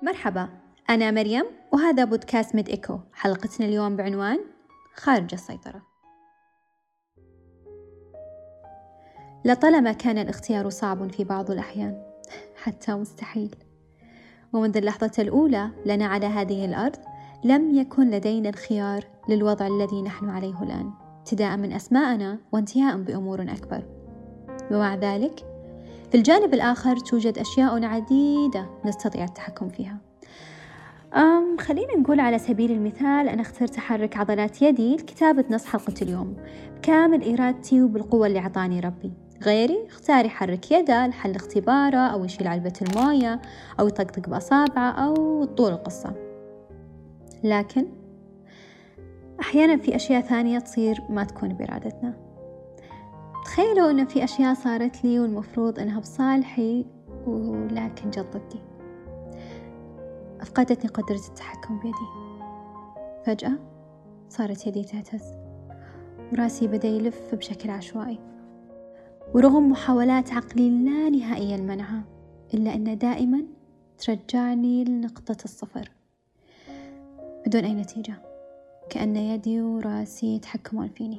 مرحبا، أنا مريم وهذا بودكاست ميد إيكو. حلقتنا اليوم بعنوان خارج السيطرة. لطالما كان الاختيار صعب في بعض الأحيان حتى مستحيل، ومنذ اللحظة الأولى لنا على هذه الأرض لم يكن لدينا الخيار للوضع الذي نحن عليه الآن، ابتداء من أسماءنا وانتهاء بأمور أكبر. ومع ذلك في الجانب الآخر توجد أشياء عديدة نستطيع التحكم فيها. خلينا نقول على سبيل المثال أنا اخترت أحرك عضلات يدي لكتابة نص حلقة اليوم بكامل إرادتي وبالقوة اللي عطاني ربي. غيري اختار يحرك يده لحل اختباره أو يشيل علبة الموية أو يطقطق بأصابعه أو طول القصة. لكن أحيانا في أشياء ثانية تصير ما تكون بإرادتنا. تخيلوا أن في أشياء صارت لي والمفروض أنها بصالحي ولكن جت ضدي. أفقدتني قدرة التحكم بيدي. فجأة صارت يدي تهتز وراسي بدأ يلف بشكل عشوائي، ورغم محاولات عقلي لا نهائية لمنعها إلا أن دائما ترجعني لنقطة الصفر بدون أي نتيجة، كأن يدي وراسي يتحكمون فيني.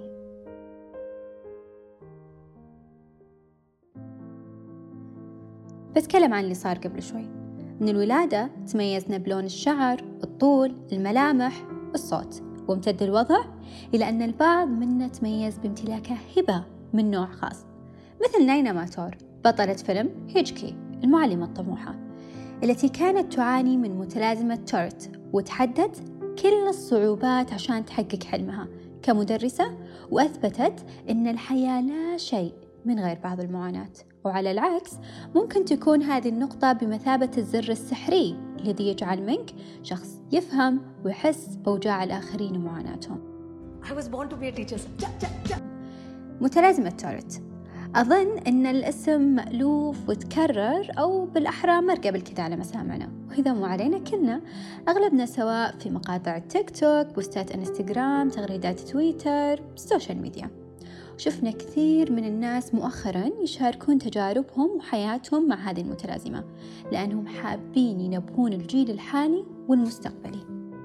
بتكلم عن اللي صار قبل شوي. من الولادة تميزنا بلون الشعر، الطول، الملامح، الصوت، وامتد الوضع إلى أن البعض منا تميز بامتلاكه هبة من نوع خاص، مثل ناينا ماتور بطلة فيلم هيتشكي المعلمة الطموحة التي كانت تعاني من متلازمة تورت وتحدت كل الصعوبات عشان تحقق حلمها كمدرسة، وأثبتت أن الحياة لا شيء من غير بعض المعاناة. وعلى العكس ممكن تكون هذه النقطة بمثابة الزر السحري الذي يجعل منك شخص يفهم ويحس بأوجاع الآخرين ومعاناتهم. I was born to be a teacher. متلازمة تورت. أظن أن الاسم مألوف وتكرر، أو بالأحرى مر قبل كذا على مسامعنا، وإذا مو علينا كلنا أغلبنا سواء في مقاطع تيك توك، بوستات انستغرام، تغريدات تويتر، السوشيال ميديا. شفنا كثير من الناس مؤخراً يشاركون تجاربهم وحياتهم مع هذه المتلازمة لأنهم حابين ينبهون الجيل الحالي والمستقبلي.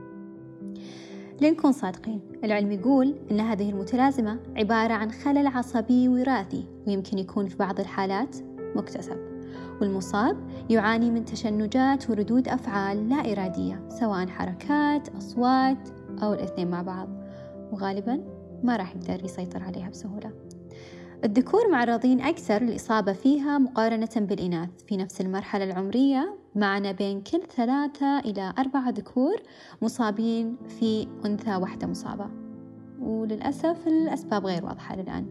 لنكون صادقين، العلم يقول أن هذه المتلازمة عبارة عن خلل عصبي وراثي، ويمكن يكون في بعض الحالات مكتسب، والمصاب يعاني من تشنجات وردود أفعال لا إرادية، سواء حركات، أصوات أو الاثنين مع بعض، وغالباً ما راح يقدر يسيطر عليها بسهولة. الذكور معرضين أكثر للإصابة فيها مقارنة بالإناث في نفس المرحلة العمرية، معنا بين كل 3 إلى 4 ذكور مصابين في أنثى واحدة مصابة، وللأسف الأسباب غير واضحة للآن.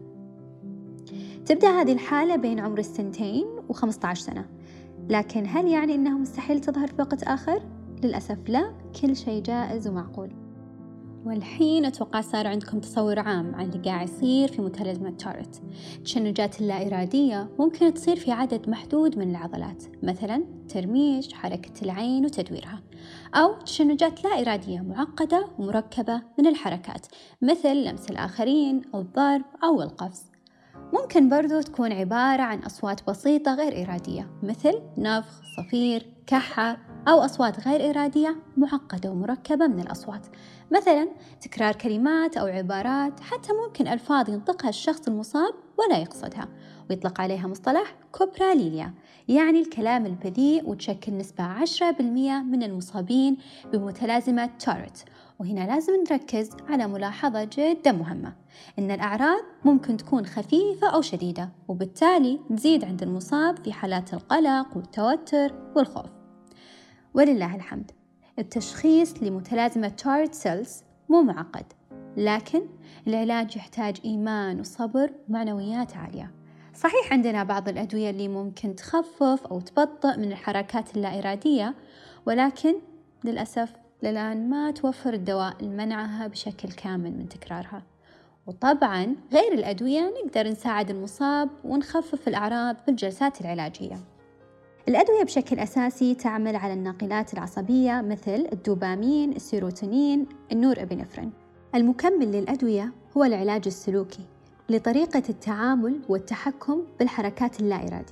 تبدأ هذه الحالة بين عمر 2 و15 سنة، لكن هل يعني أنها مستحيل تظهر في وقت آخر؟ للأسف لا، كل شيء جائز ومعقول. والحين أتوقع صار عندكم تصور عام عن اللي قاعد يصير في متلازمة تورت. التشنجات اللا إرادية ممكن تصير في عدد محدود من العضلات، مثلا ترميش، حركة العين وتدويرها، أو تشنجات لا إرادية معقدة ومركبة من الحركات مثل لمس الآخرين أو الضرب أو القفز. ممكن برضو تكون عبارة عن أصوات بسيطة غير إرادية مثل نفخ، صفير، كحة، أو أصوات غير إرادية معقدة ومركبة من الأصوات مثلا تكرار كلمات أو عبارات، حتى ممكن ألفاظ ينطقها الشخص المصاب ولا يقصدها، ويطلق عليها مصطلح كوبراليليا، يعني الكلام البذيء، وتشكل نسبة 10% من المصابين بمتلازمة تورت. وهنا لازم نركز على ملاحظة جدا مهمة، إن الأعراض ممكن تكون خفيفة أو شديدة، وبالتالي تزيد عند المصاب في حالات القلق والتوتر والخوف. ولله الحمد، التشخيص لمتلازمة تورت سيلز مو معقد، لكن العلاج يحتاج إيمان وصبر ومعنويات عالية. صحيح عندنا بعض الأدوية اللي ممكن تخفف أو تبطئ من الحركات اللا إرادية، ولكن للأسف للآن ما توفر الدواء لمنعها بشكل كامل من تكرارها. وطبعاً غير الأدوية نقدر نساعد المصاب ونخفف الأعراض بالجلسات العلاجية. الأدوية بشكل أساسي تعمل على الناقلات العصبية مثل الدوبامين، السيروتونين، النور إبنفرين. المكمل للأدوية هو العلاج السلوكي لطريقة التعامل والتحكم بالحركات اللا إرادية،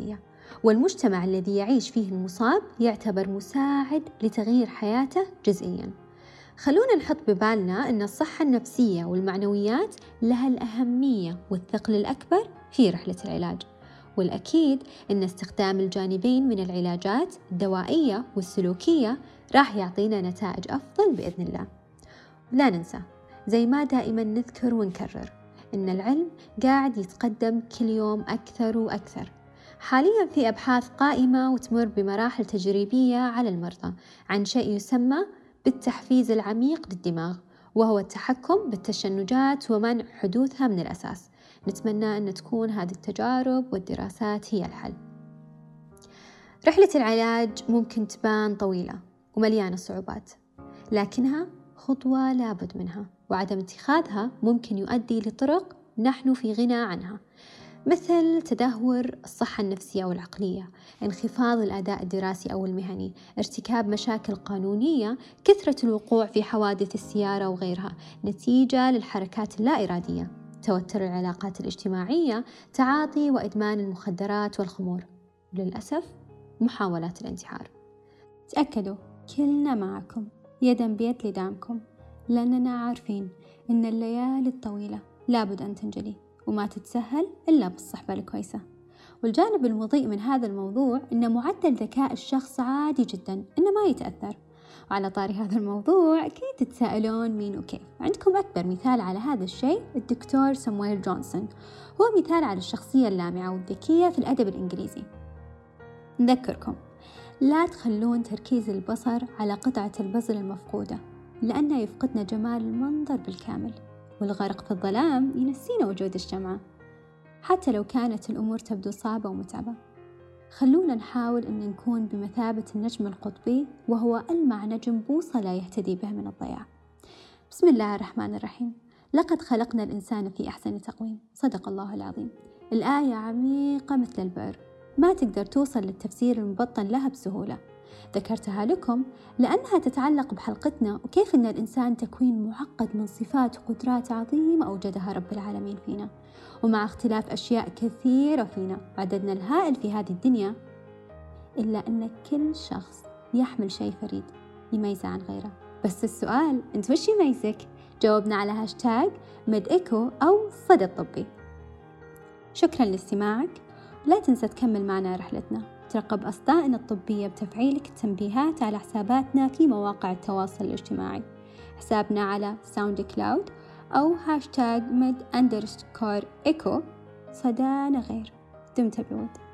والمجتمع الذي يعيش فيه المصاب يعتبر مساعد لتغيير حياته جزئياً. خلونا نحط ببالنا أن الصحة النفسية والمعنويات لها الأهمية والثقل الأكبر في رحلة العلاج، والأكيد أن استخدام الجانبين من العلاجات الدوائية والسلوكية راح يعطينا نتائج أفضل بإذن الله. لا ننسى زي ما دائما نذكر ونكرر أن العلم قاعد يتقدم كل يوم أكثر وأكثر. حاليا في أبحاث قائمة وتمر بمراحل تجريبية على المرضى عن شيء يسمى بالتحفيز العميق للدماغ، وهو التحكم بالتشنجات ومنع حدوثها من الأساس. نتمنى أن تكون هذه التجارب والدراسات هي الحل. رحلة العلاج ممكن تبان طويلة ومليانة صعوبات، لكنها خطوة لابد منها، وعدم اتخاذها ممكن يؤدي لطرق نحن في غنى عنها، مثل تدهور الصحة النفسية والعقلية، انخفاض الأداء الدراسي أو المهني، ارتكاب مشاكل قانونية، كثرة الوقوع في حوادث السيارة وغيرها نتيجة للحركات اللا إرادية، توتر العلاقات الاجتماعية، تعاطي وإدمان المخدرات والخمور، وللأسف محاولات الانتحار. تأكدوا كلنا معكم يدا بيد لدعمكم، لأننا عارفين إن الليالي الطويلة لابد أن تنجلي وما تتسهل إلا بالصحبة الكويسة. والجانب المضيء من هذا الموضوع إن معدل ذكاء الشخص عادي جدا إنه ما يتأثر. وعلى طاري هذا الموضوع أكيد تتساءلون مين وكيف. عندكم أكبر مثال على هذا الشيء الدكتور سامويل جونسون، هو مثال على الشخصية اللامعة والذكية في الأدب الإنجليزي. نذكركم لا تخلون تركيز البصر على قطعة البازل المفقودة، لأنه يفقدنا جمال المنظر بالكامل، والغرق في الظلام ينسينا وجود الشمعة حتى لو كانت الأمور تبدو صعبة ومتعبة. خلونا نحاول أن نكون بمثابة النجم القطبي، وهو ألمع نجم بوصلة يهتدي به من الضياع. بسم الله الرحمن الرحيم. لقد خلقنا الإنسان في أحسن تقويم. صدق الله العظيم. الآية عميقة مثل البئر، ما تقدر توصل للتفسير المبطن لها بسهولة. ذكرتها لكم لأنها تتعلق بحلقتنا وكيف أن الإنسان تكوين معقد من صفات وقدرات عظيمة أوجدها رب العالمين فينا، ومع اختلاف أشياء كثيرة فينا عددنا الهائل في هذه الدنيا، إلا أن كل شخص يحمل شيء فريد يميزه عن غيره. بس السؤال، أنت وش يميزك؟ جاوبنا على هاشتاج ميدإيكو أو صدى الطبي. شكرا لاستماعك، لا تنسى تكمل معنا رحلتنا. ترقب أصداءنا الطبية بتفعيلك التنبيهات على حساباتنا في مواقع التواصل الاجتماعي، حسابنا على ساوند كلاود أو هاشتاج med_echo. صدانا غير. دمت بود.